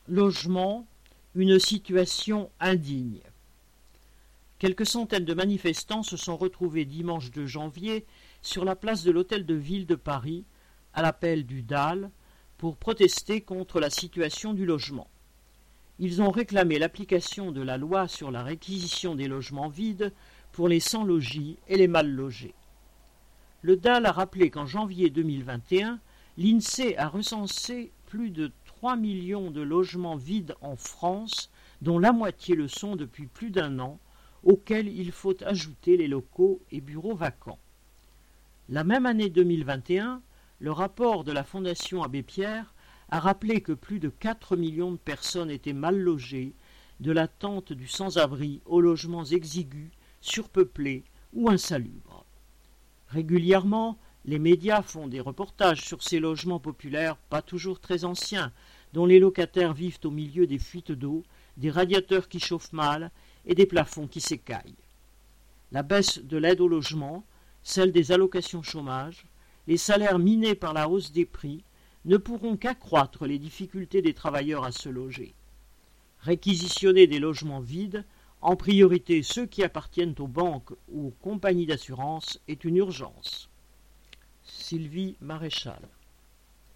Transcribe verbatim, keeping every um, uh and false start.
Logement, une situation indigne. Quelques centaines de manifestants se sont retrouvés dimanche deux janvier sur la place de l'Hôtel de Ville de Paris, à l'appel du D A L, pour protester contre la situation du logement. Ils ont réclamé l'application de la loi sur la réquisition des logements vides pour les sans-logis et les mal-logés. Le D A L a rappelé qu'en janvier deux mille vingt et un, l'INSEE a recensé plus de trois millions de logements vides en France, dont la moitié le sont depuis plus d'un an, auxquels il faut ajouter les locaux et bureaux vacants. La même année deux mille vingt et un, le rapport de la Fondation Abbé Pierre a rappelé que plus de quatre millions de personnes étaient mal logées, de la tente du sans-abri aux logements exigus, surpeuplés ou insalubres. Régulièrement, les médias font des reportages sur ces logements populaires pas toujours très anciens, dont les locataires vivent au milieu des fuites d'eau, des radiateurs qui chauffent mal et des plafonds qui s'écaillent. La baisse de l'aide au logement, celle des allocations chômage, les salaires minés par la hausse des prix ne pourront qu'accroître les difficultés des travailleurs à se loger. Réquisitionner des logements vides, en priorité ceux qui appartiennent aux banques ou aux compagnies d'assurance, est une urgence. Sylvie Maréchal.